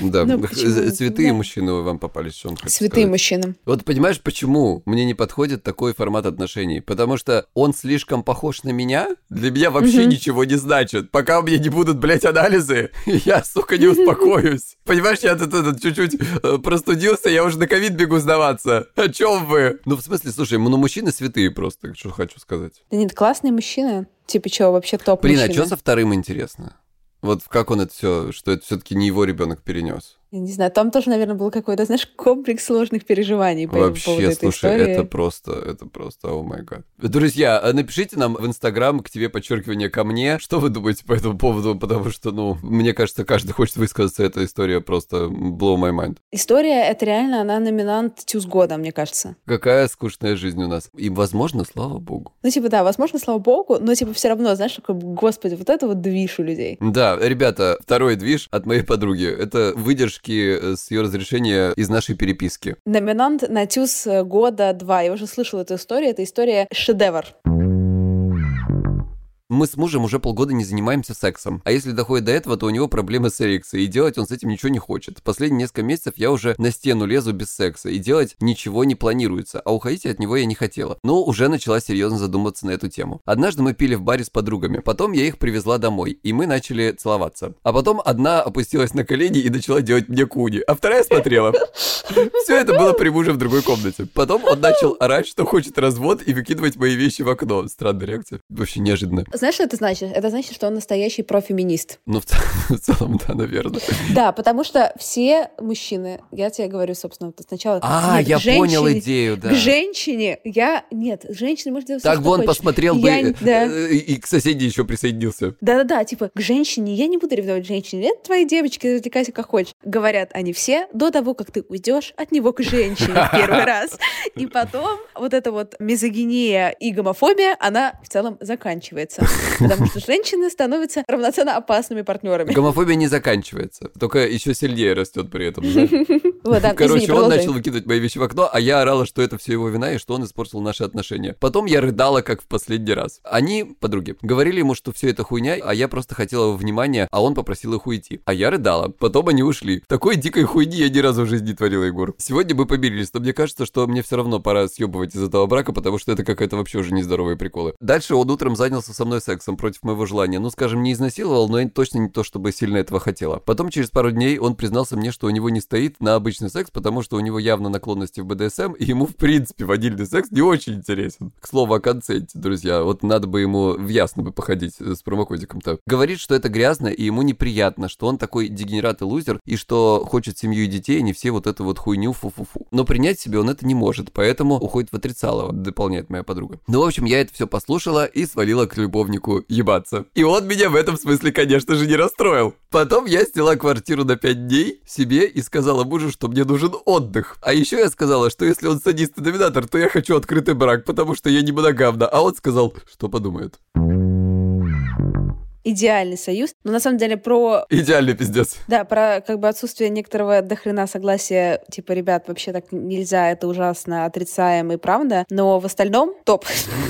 Святые мужчины вам попались, что он хочет Святые сказать. мужчины. Вот понимаешь, почему мне не подходит такой формат отношений? Потому что он слишком похож на меня, для меня вообще ничего не значит. Пока у меня не будут, блядь, анализы, я, сука, не успокоюсь. Понимаешь, я тут чуть-чуть простудился, я уже на ковид бегу сдаваться. О чем вы? Ну, в смысле, слушай, мужчины святые просто, что хочу сказать. Да нет, классные мужчины. Типа, что, вообще топ мужчины. Блин, а что со вторым интересно? Вот как он это все, что это все-таки не его ребенок перенес? Я не знаю, там тоже, наверное, был какой-то, знаешь, комплекс сложных переживаний по поводу этой истории. Это просто, о май гад. Друзья, напишите нам в Инстаграм, к тебе, подчеркивание, ко мне, что вы думаете по этому поводу, потому что, мне кажется, каждый хочет высказаться, эта история просто blow my mind. История, это реально, она номинант ТЮЗ года, мне кажется. Какая скучная жизнь у нас. И, возможно, слава богу. Ну, типа, да, возможно, слава богу, но, типа, все равно, знаешь, такой, господи, вот это вот движ у людей. Да, ребята, второй движ от моей подруги. Это выдержки с ее разрешения из нашей переписки. Номинант на ТЮЗ года 2. Я уже слышала эту историю. Это история шедевр. Мы с мужем уже полгода не занимаемся сексом. А если доходит до этого, то у него проблемы с эрекцией, и делать он с этим ничего не хочет. Последние несколько месяцев я уже на стену лезу без секса, и делать ничего не планируется, а уходить от него я не хотела. Но уже начала серьезно задумываться на эту тему. Однажды мы пили в баре с подругами, потом я их привезла домой, и мы начали целоваться. А потом одна опустилась на колени и начала делать мне куни, а вторая смотрела. Все это было при муже в другой комнате. Потом он начал орать, что хочет развод, и выкидывать мои вещи в окно. Странная реакция. Вообще неожиданно. Знаешь, что это значит? Это значит, что он настоящий профеминист. Ну, в целом, да, наверное. Да, потому что все мужчины, я тебе говорю, собственно, сначала... Я понял идею, да. К женщине нет, женщине может делать так все, бы он хочешь. посмотрел бы и к соседи еще присоединился. Да-да-да, типа, к женщине я не буду ревновать женщине. Это твои девочки, развлекайся как хочешь. Говорят они все до того, как ты уйдешь от него к женщине в первый раз. И потом вот эта вот мизогиния и гомофобия, она в целом заканчивается. Потому что женщины становятся равноценно опасными партнерами. Гомофобия не заканчивается, только еще сильнее растет при этом. Короче, он начал выкидывать мои вещи в окно, а я орала, что это все его вина и что он испортил наши отношения. Потом я рыдала, как в последний раз. Они, подруги, говорили ему, что все это хуйня, а я просто хотела его внимания, а он попросил их уйти. А я рыдала. Потом они ушли. Такой дикой хуйни я ни разу в жизни не творила, Егор. Сегодня мы помирились, но мне кажется, что мне все равно пора съебывать из этого брака, потому что это какая-то вообще уже нездоровые приколы. Дальше он утром занялся со мной сексом против моего желания. Ну, скажем, не изнасиловал, но я точно не то, чтобы сильно этого хотела. Потом через пару дней он признался мне, что у него не стоит на обычный секс, потому что у него явно наклонности в БДСМ, и ему, в принципе, ванильный секс не очень интересен. К слову о консенте, друзья. Вот надо бы ему в Ясно бы походить с промокодиком-то. Говорит, что это грязно, и ему неприятно, что он такой дегенерат и лузер, и что хочет семью и детей, а не все вот эту вот хуйню фу-фу-фу. Но принять себе он это не может, поэтому уходит в отрицалово, дополняет моя подруга. Ну, в общем, я это все послушала и свалила к любовнику ебаться. И он меня в этом смысле, конечно же, не расстроил. Потом я сняла квартиру на 5 дней себе и сказала мужу, что мне нужен отдых. А еще я сказала, что если он садист и доминатор, то я хочу открытый брак, потому что я не моногамна. А он сказал, что подумает. Идеальный союз. Но на самом деле про... Идеальный пиздец. Да, про как бы отсутствие некоторого дохрена согласия, типа, ребят, вообще так нельзя, это ужасно, отрицаем и правда. Но в остальном топ.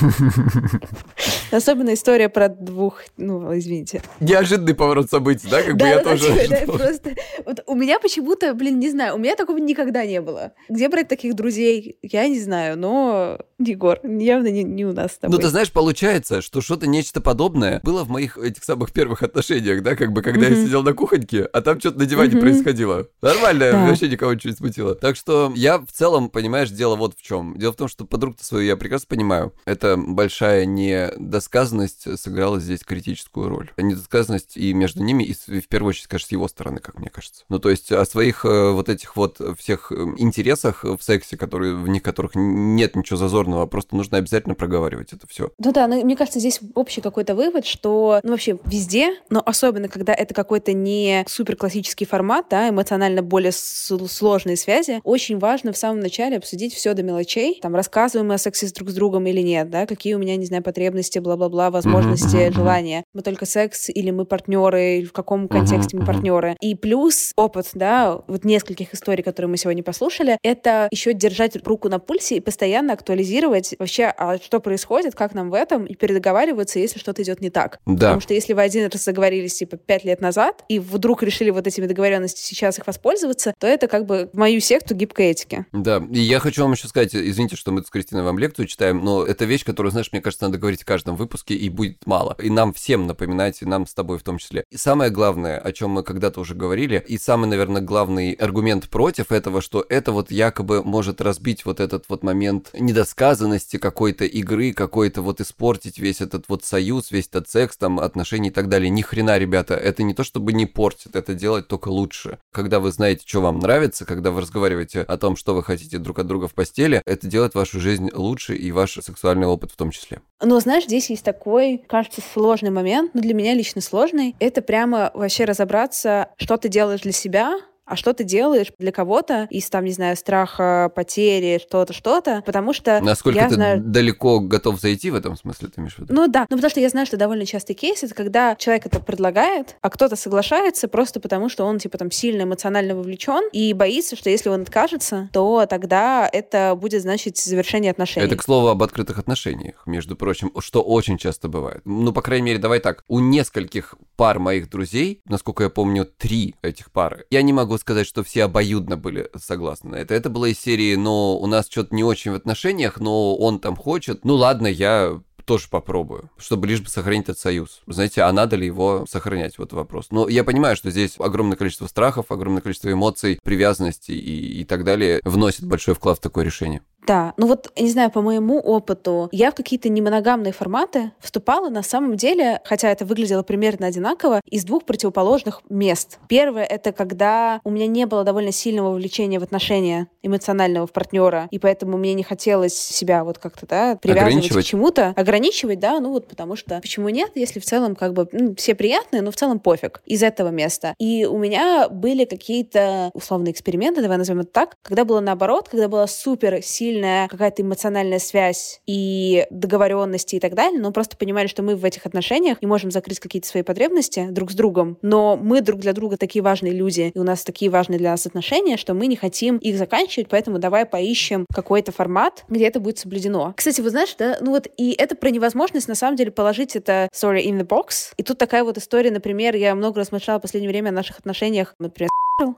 Особенно история про двух, извините. Неожиданный поворот событий, да? Как бы я тоже... Да, просто... Вот у меня почему-то, блин, не знаю, у меня такого никогда не было. Где брать таких друзей, я не знаю, но... Егор, явно не у нас с тобой. Ну, ты знаешь, получается, что что-то нечто подобное было в моих этих самых первых отношениях, да, как бы, когда я сидел на кухоньке, а там что-то на диване происходило. Нормально, вообще никого ничего не смутило. Так что я в целом, понимаешь, дело вот в чем. Дело в том, что подругу-то свою я прекрасно понимаю. Это большая недосказанность сыграла здесь критическую роль. Недосказанность и между ними, и в первую очередь, конечно, с его стороны, как мне кажется. Ну, то есть о своих вот этих вот всех интересах в сексе, в них которых нет ничего зазорного, просто нужно обязательно проговаривать это все. Ну да, но мне кажется, здесь общий какой-то вывод, что вообще везде, но особенно когда это какой-то не супер классический формат, да, эмоционально более сложные связи, очень важно в самом начале обсудить все до мелочей, там, рассказываем мы о сексе друг с другом или нет, да, какие у меня, не знаю, потребности, бла-бла-бла, возможности, желания. Мы только секс или мы партнеры, или в каком контексте мы партнеры. И плюс опыт, да, вот нескольких историй, которые мы сегодня послушали, это еще держать руку на пульсе и постоянно актуализировать вообще, а что происходит, как нам в этом, и передоговариваться, если что-то идет не так. Да. Потому что если вы один раз договорились, типа, 5 лет назад, и вдруг решили вот этими договоренностями сейчас их воспользоваться, то это как бы в мою секту гибкой этики. Да, и я хочу вам еще сказать, извините, что мы с Кристиной вам лекцию читаем, но это вещь, которую, знаешь, мне кажется, надо говорить в каждом выпуске, и будет мало. И нам всем напоминать, и нам с тобой в том числе. И самое главное, о чем мы когда-то уже говорили, и самый, наверное, главный аргумент против этого, что это вот якобы может разбить вот этот вот момент недосказанности какой-то игры, какой-то вот испортить весь этот вот союз, весь этот секс, там, отношения и так далее. Ни хрена, ребята, это не то, чтобы не портит, это делать только лучше. Когда вы знаете, что вам нравится, когда вы разговариваете о том, что вы хотите друг от друга в постели, это делает вашу жизнь лучше и ваш сексуальный опыт в том числе. Но, знаешь, здесь есть такой, кажется, сложный момент, но для меня лично сложный. Это прямо вообще разобраться, что ты делаешь для себя, а что ты делаешь для кого-то из, там, не знаю, страха, потери, что-то, потому что насколько я ты знаю... далеко готов зайти в этом смысле, ты имеешь в виду? Ну да, потому что я знаю, что довольно частый кейс — это когда человек это предлагает, а кто-то соглашается просто потому, что он, типа, там, сильно эмоционально вовлечен и боится, что если он откажется, то тогда это будет значить завершение отношений. Это, к слову, об открытых отношениях, между прочим, что очень часто бывает. Ну, по крайней мере, давай так, у нескольких пар моих друзей, насколько я помню, 3 этих пары, я не могу сказать, что все обоюдно были согласны на это. Это было из серии, но у нас что-то не очень в отношениях, но он там хочет, ну ладно, я тоже попробую, чтобы лишь бы сохранить этот союз. Знаете, а надо ли его сохранять? Вот вопрос. Но я понимаю, что здесь огромное количество страхов, огромное количество эмоций, привязанностей и так далее вносит большой вклад в такое решение. Да, ну вот, не знаю, по моему опыту, я в какие-то немоногамные форматы вступала на самом деле, хотя это выглядело примерно одинаково, из 2 противоположных мест. Первое — это когда у меня не было довольно сильного вовлечения в отношения эмоционального в партнера, и поэтому мне не хотелось себя вот как-то, да, привязывать к чему-то. Ограничивать, да, ну вот потому что почему нет, если в целом как бы все приятные, но в целом пофиг из этого места. И у меня были какие-то условные эксперименты, давай назовем это так, когда было наоборот, когда была супер сильная какая-то эмоциональная связь и договоренности и так далее, но просто понимали, что мы в этих отношениях не можем закрыть какие-то свои потребности друг с другом, но мы друг для друга такие важные люди, и у нас такие важные для нас отношения, что мы не хотим их заканчивать, поэтому давай поищем какой-то формат, где это будет соблюдено. Кстати, вы знаете, да, ну вот и это про невозможность, на самом деле, положить это, sorry, in the box. И тут такая вот история, например, я много размышляла в последнее время о наших отношениях, например,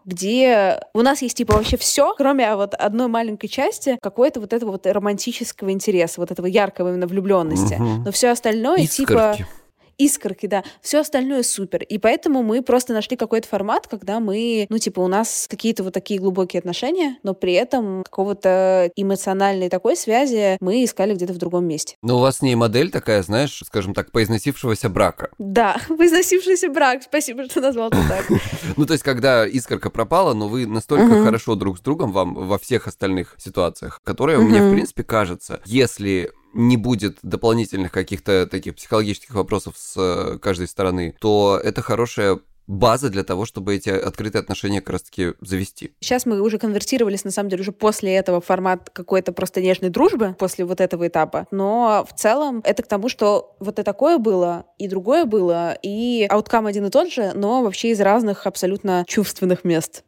где у нас есть типа вообще все, кроме вот одной маленькой части какой-то вот этого вот романтического интереса, вот этого яркого именно влюбленности. Но все остальное Искорки. типа... Искорки, да. Все остальное супер. И поэтому мы просто нашли какой-то формат, когда мы, ну, типа, у нас какие-то вот такие глубокие отношения, но при этом какого-то эмоциональной такой связи мы искали где-то в другом месте. Но у вас с ней модель такая, знаешь, скажем так, поизносившегося брака. Да, поизносившийся брак. Спасибо, что назвал это так. Ну, то есть, когда искорка пропала, но вы настолько хорошо друг с другом вам во всех остальных ситуациях, которые мне, в принципе, кажется, если не будет дополнительных каких-то таких психологических вопросов с каждой стороны, то это хорошая база для того, чтобы эти открытые отношения как раз-таки завести. Сейчас мы уже конвертировались, на самом деле, уже после этого в формат какой-то просто нежной дружбы, после вот этого этапа. Но в целом это к тому, что вот и такое было, и другое было, и ауткам один и тот же, но вообще из разных абсолютно чувственных мест.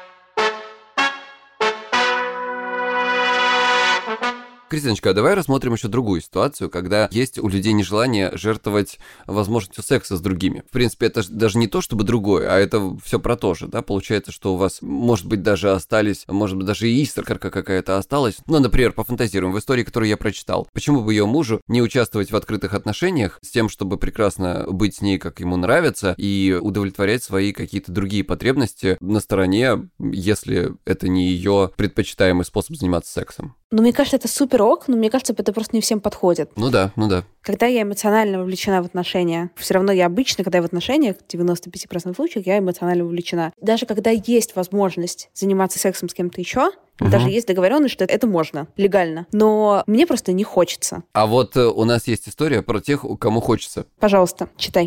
Кристиночка, а давай рассмотрим еще другую ситуацию, когда есть у людей нежелание жертвовать возможностью секса с другими. В принципе, это даже не то, чтобы другое, а это все про то же, да? Получается, что у вас, может быть, даже остались, может быть, даже и искорка какая-то осталась. Ну, например, пофантазируем в истории, которую я прочитал. Почему бы ее мужу не участвовать в открытых отношениях с тем, чтобы прекрасно быть с ней, как ему нравится, и удовлетворять свои какие-то другие потребности на стороне, если это не ее предпочитаемый способ заниматься сексом? Ну, мне кажется, это супер ок, но мне кажется, это просто не всем подходит. Ну да. Когда я эмоционально вовлечена в отношения, все равно я обычно, когда я в отношениях, в 95% случаев я эмоционально вовлечена. Даже когда есть возможность заниматься сексом с кем-то еще, даже есть договоренность, что это можно, легально. Но мне просто не хочется. А вот у нас есть история про тех, кому хочется. Пожалуйста, читай.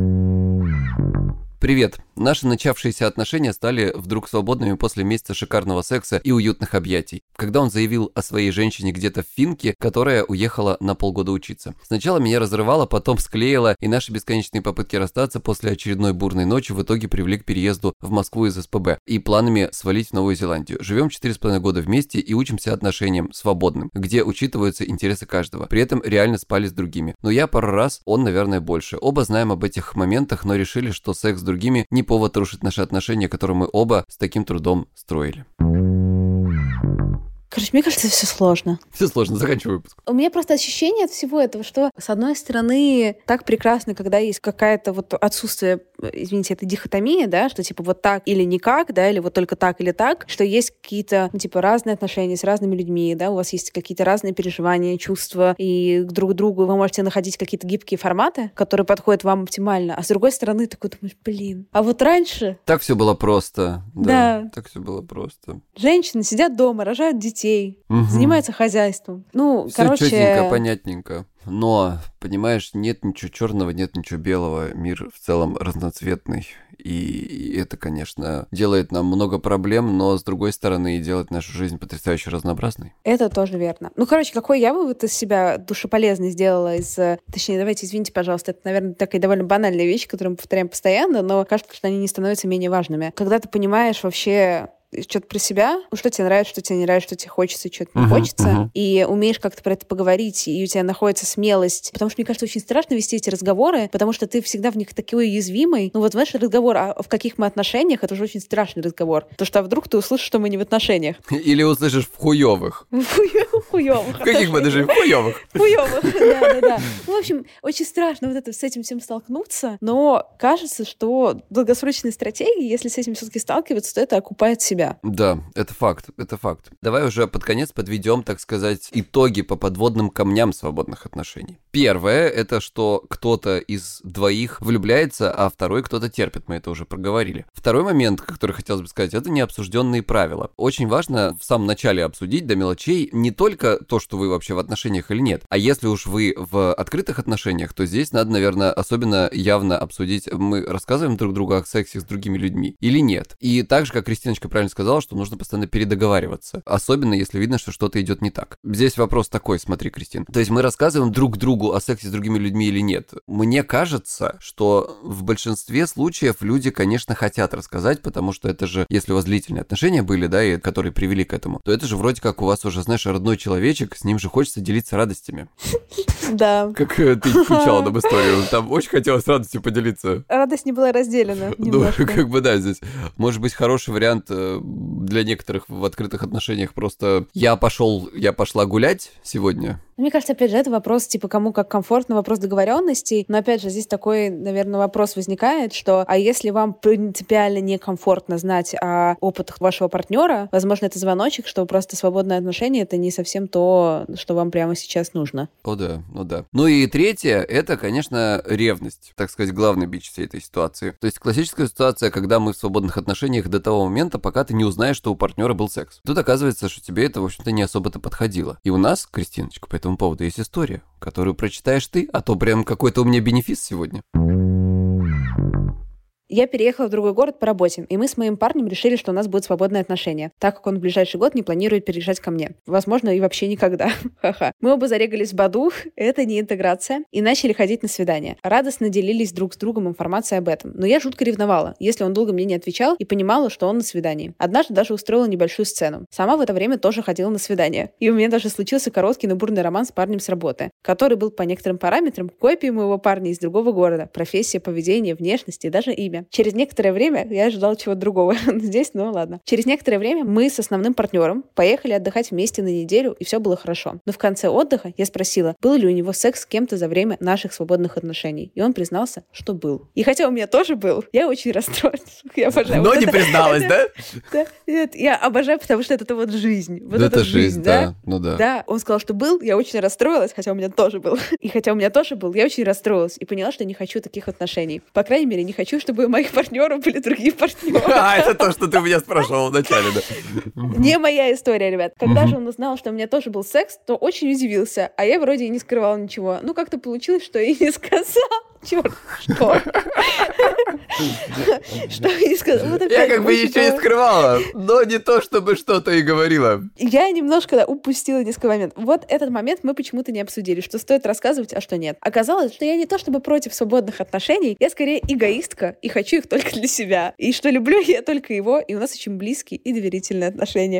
Привет. Наши начавшиеся отношения стали вдруг свободными после месяца шикарного секса и уютных объятий, когда он заявил о своей женщине где-то в Финке, которая уехала на полгода учиться. Сначала меня разрывало, потом склеило, и наши бесконечные попытки расстаться после очередной бурной ночи в итоге привели к переезду в Москву из СПБ и планами свалить в Новую Зеландию. Живем 4,5 года вместе и учимся отношениям свободным, где учитываются интересы каждого. При этом реально спали с другими. Но я пару раз, он, наверное, больше. Оба знаем об этих моментах, но решили, что секс с другими не повод рушить наши отношения, которые мы оба с таким трудом строили. Короче, мне кажется, все сложно. Все сложно, заканчивай выпуск. У меня просто ощущение от всего этого, что, с одной стороны, так прекрасно, когда есть какая-то вот отсутствие, извините, это дихотомия, да, что типа вот так или никак, да, или вот только так или так, что есть какие-то, ну, типа, разные отношения с разными людьми, да, у вас есть какие-то разные переживания, чувства, и друг к другу вы можете находить какие-то гибкие форматы, которые подходят вам оптимально. А с другой стороны, такой думаешь, блин, а вот раньше... Так все было просто. Да. Так все было просто. Женщины сидят дома, рожают детей, занимаются хозяйством. Ну, всё короче... чётенько, понятненько. Но, понимаешь, нет ничего черного, нет ничего белого. Мир в целом разноцветный. И это, конечно, делает нам много проблем, но, с другой стороны, и делает нашу жизнь потрясающе разнообразной. Это тоже верно. Ну, короче, какой я вывод из себя душеполезный сделала Точнее, давайте, извините, пожалуйста, это, наверное, такая довольно банальная вещь, которую мы повторяем постоянно, но кажется, что они не становятся менее важными. Когда ты понимаешь вообще что-то про себя, что тебе нравится, что тебе не нравится, что тебе хочется, что тебе не хочется, и умеешь как-то про это поговорить, и у тебя находится смелость. Потому что, мне кажется, очень страшно вести эти разговоры, потому что ты всегда в них такой уязвимый. Ну вот, знаешь, разговор в каких мы отношениях, это уже очень страшный разговор. Потому что вдруг ты услышишь, что мы не в отношениях. Или услышишь в хуёвых. В хуёвых. В каких мы даже в хуёвых. В хуёвых, да. Ну, в общем, очень страшно вот это с этим всем столкнуться, но кажется, что долгосрочные стратегии, если с этим все-таки сталкиваться, то это окупает себя. Да, это факт. Давай уже под конец подведем, так сказать, итоги по подводным камням свободных отношений. Первое, это что кто-то из двоих влюбляется, а второй кто-то терпит, мы это уже проговорили. Второй момент, который хотелось бы сказать, это необсужденные правила. Очень важно в самом начале обсудить до мелочей не только то, что вы вообще в отношениях или нет, а если уж вы в открытых отношениях, то здесь надо, наверное, особенно явно обсудить, мы рассказываем друг другу о сексе с другими людьми или нет. И так же, как Кристиночка правильно сказала, что нужно постоянно передоговариваться. Особенно, если видно, что что-то идет не так. Здесь вопрос такой, смотри, Кристин. То есть мы рассказываем друг другу о сексе с другими людьми или нет. Мне кажется, что в большинстве случаев люди, конечно, хотят рассказать, потому что это же, если у вас длительные отношения были, да, и которые привели к этому, то это же вроде как у вас уже, знаешь, родной человечек, с ним же хочется делиться радостями. Да. Как ты включала нам историю. Там очень хотелось радостью поделиться. Радость не была разделена. Ну, как бы да, здесь может быть хороший вариант для некоторых в открытых отношениях просто я пошла гулять сегодня. Мне кажется, опять же, это вопрос, типа, кому как комфортно, вопрос договоренностей. Но, опять же, здесь такой, наверное, вопрос возникает, что, а если вам принципиально некомфортно знать о опытах вашего партнера, возможно, это звоночек, что просто свободное отношение — это не совсем то, что вам прямо сейчас нужно. О да, ну да. Ну и третье, это, конечно, ревность, так сказать, главный бич всей этой ситуации. То есть классическая ситуация, когда мы в свободных отношениях до того момента, пока ты не узнаешь, что у партнера был секс. Тут оказывается, что тебе это, в общем-то, не особо-то подходило. И у нас, Кристиночка, по этому поводу есть история, которую прочитаешь ты, а то прям какой-то у меня бенефис сегодня. Я переехала в другой город по работе, и мы с моим парнем решили, что у нас будут свободные отношения, так как он в ближайший год не планирует переезжать ко мне. Возможно, и вообще никогда. Ха-ха. Мы оба зарегались в Баду, это не интеграция, и начали ходить на свидания. Радостно делились друг с другом информацией об этом. Но я жутко ревновала, если он долго мне не отвечал, и понимала, что он на свидании. Однажды даже устроила небольшую сцену. Сама в это время тоже ходила на свидание. И у меня даже случился короткий, но бурный роман с парнем с работы, который был по некоторым параметрам копией моего парня из другого города. Профессия, поведение, внешность и даже имя. Через некоторое время я ожидала чего-то другого здесь, ну ладно. Через некоторое время мы с основным партнером поехали отдыхать вместе на неделю, и все было хорошо. Но в конце отдыха я спросила, был ли у него секс с кем-то за время наших свободных отношений. И он признался, что был. И хотя у меня тоже был, я очень расстроилась. Я обожаю. Но не призналась, да? Да. Нет, я обожаю, потому что это вот жизнь. Вот это жизнь, да. Ну да. Да, он сказал, что был, я очень расстроилась, хотя у меня тоже был. И хотя у меня тоже был, я очень расстроилась и поняла, что не хочу таких отношений. По крайней мере, не хочу, чтобы у моих партнеров были другие партнеры. А, это то, что ты у меня спрашивал вначале, да? Не моя история, ребят. Когда же он узнал, что у меня тоже был секс, то очень удивился. А я вроде и не скрывала ничего. Ну, как-то получилось, что и не сказал. Черт, что? Что я не сказала? Я как бы ничего не скрывала, но не то, чтобы что-то и говорила. Я немножко упустила несколько моментов. Вот этот момент мы почему-то не обсудили, что стоит рассказывать, а что нет. Оказалось, что я не то чтобы против свободных отношений, я скорее эгоистка и хочу их только для себя. И что люблю я только его, и у нас очень близкие и доверительные отношения.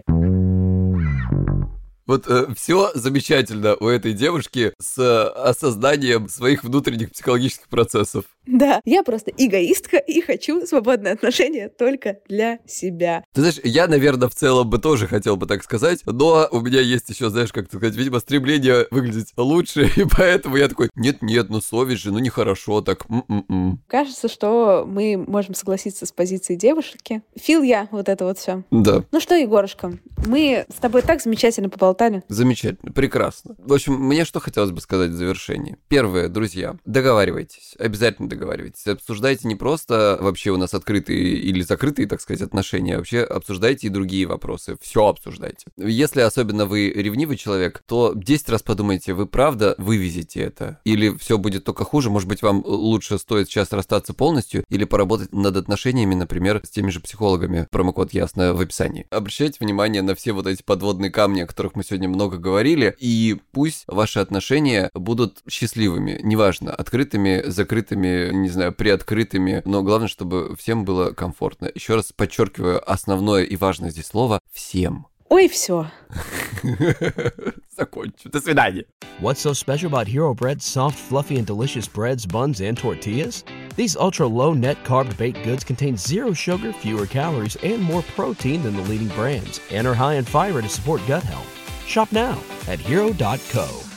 Вот все замечательно у этой девушки с осознанием своих внутренних психологических процессов. Да, я просто эгоистка и хочу свободные отношения только для себя. Ты знаешь, я, наверное, в целом бы тоже хотел бы так сказать, но у меня есть еще, знаешь, как сказать, видимо, стремление выглядеть лучше, и поэтому я такой, нет-нет, ну совесть же, ну нехорошо так. Кажется, что мы можем согласиться с позицией девушки. Фил я, вот это вот все. Да. Ну что, Егорушка, мы с тобой так замечательно поболтали поболтали. Замечательно, прекрасно. В общем, мне что хотелось бы сказать в завершении. Первое, друзья, договаривайтесь, обязательно договаривайтесь. Обсуждайте не просто вообще у нас открытые или закрытые, так сказать, отношения, а вообще обсуждайте и другие вопросы. Все обсуждайте. Если особенно вы ревнивый человек, то 10 раз подумайте, вы правда вывезете это? Или все будет только хуже? Может быть, вам лучше стоит сейчас расстаться полностью или поработать над отношениями, например, с теми же психологами. Промокод ясно в описании. Обращайте внимание на все вот эти подводные камни, о которых мы сегодня много говорили, и пусть ваши отношения будут счастливыми, неважно, открытыми, закрытыми, не знаю, приоткрытыми, но главное, чтобы всем было комфортно. Еще раз подчеркиваю основное и важное здесь слово «всем». Ой, все. Закончу. До свидания. What's so special about Hero Bread's soft, fluffy, and delicious breads, buns, and tortillas? These ultra-low net-carb baked goods contain zero sugar, fewer calories, and more protein than the leading brands, and are high in fiber to support gut health. Shop now at Hero.co.